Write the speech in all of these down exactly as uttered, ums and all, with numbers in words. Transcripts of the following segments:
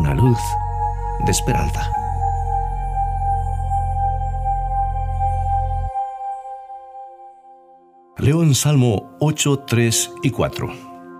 una luz de esperanza. Leo en Salmo ocho, tres y cuatro.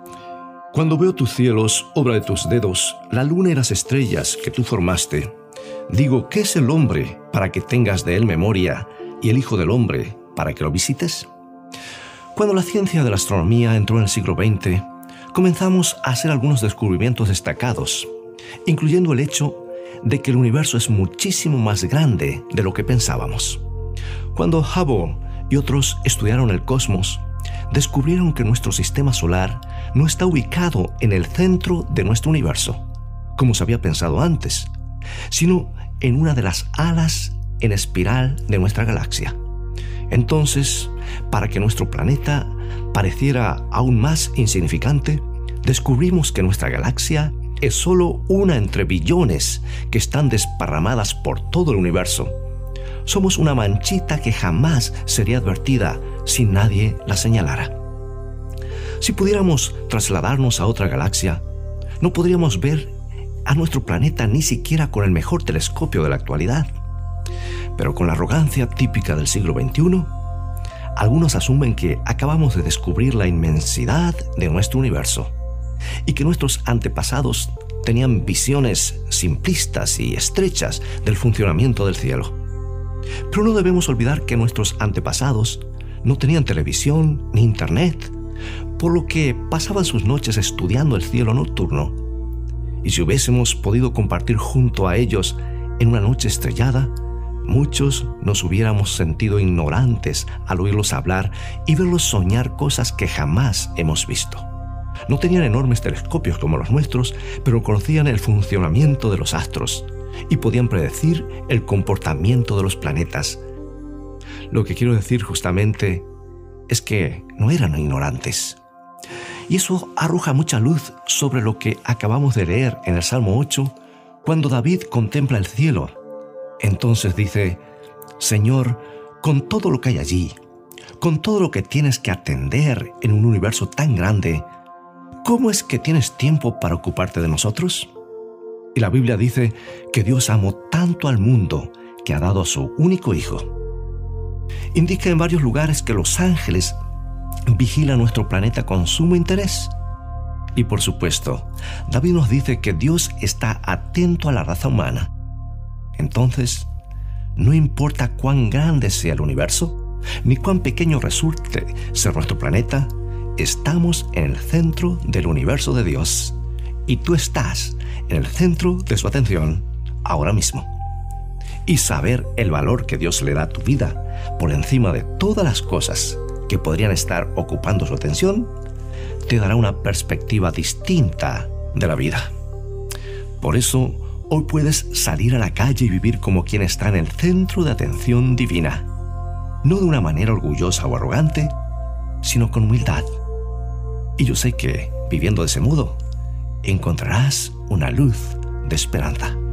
Cuando veo tus cielos, obra de tus dedos, la luna y las estrellas que tú formaste, digo, ¿qué es el hombre para que tengas de él memoria, y el hijo del hombre para que lo visites? Cuando la ciencia de la astronomía entró en el siglo veinte, comenzamos a hacer algunos descubrimientos destacados, incluyendo el hecho de que el universo es muchísimo más grande de lo que pensábamos. Cuando Hubble y otros estudiaron el cosmos, descubrieron que nuestro sistema solar no está ubicado en el centro de nuestro universo, como se había pensado antes, sino en una de las alas en espiral de nuestra galaxia. Entonces, para que nuestro planeta pareciera aún más insignificante, descubrimos que nuestra galaxia es solo una entre billones que están desparramadas por todo el universo. Somos una manchita que jamás sería advertida si nadie la señalara. Si pudiéramos trasladarnos a otra galaxia, no podríamos ver a nuestro planeta ni siquiera con el mejor telescopio de la actualidad. Pero con la arrogancia típica del siglo veintiuno, algunos asumen que acabamos de descubrir la inmensidad de nuestro universo y que nuestros antepasados tenían visiones simplistas y estrechas del funcionamiento del cielo. Pero no debemos olvidar que nuestros antepasados no tenían televisión ni internet, por lo que pasaban sus noches estudiando el cielo nocturno. Y si hubiésemos podido compartir junto a ellos en una noche estrellada, muchos nos hubiéramos sentido ignorantes al oírlos hablar y verlos soñar cosas que jamás hemos visto. No tenían enormes telescopios como los nuestros, pero conocían el funcionamiento de los astros y podían predecir el comportamiento de los planetas. Lo que quiero decir justamente es que no eran ignorantes. Y eso arroja mucha luz sobre lo que acabamos de leer en el Salmo ocho, cuando David contempla el cielo. Entonces dice, Señor, con todo lo que hay allí, con todo lo que tienes que atender en un universo tan grande, ¿cómo es que tienes tiempo para ocuparte de nosotros? Y la Biblia dice que Dios amó tanto al mundo que ha dado a su único Hijo. Indica en varios lugares que los ángeles vigilan nuestro planeta con sumo interés. Y por supuesto, David nos dice que Dios está atento a la raza humana. Entonces, no importa cuán grande sea el universo, ni cuán pequeño resulte ser nuestro planeta, estamos en el centro del universo de Dios. Y tú estás en el centro de su atención ahora mismo. Y saber el valor que Dios le da a tu vida por encima de todas las cosas que podrían estar ocupando su atención, te dará una perspectiva distinta de la vida. Por eso, hoy puedes salir a la calle y vivir como quien está en el centro de atención divina, no de una manera orgullosa o arrogante, sino con humildad. Y yo sé que, viviendo de ese modo, encontrarás una luz de esperanza.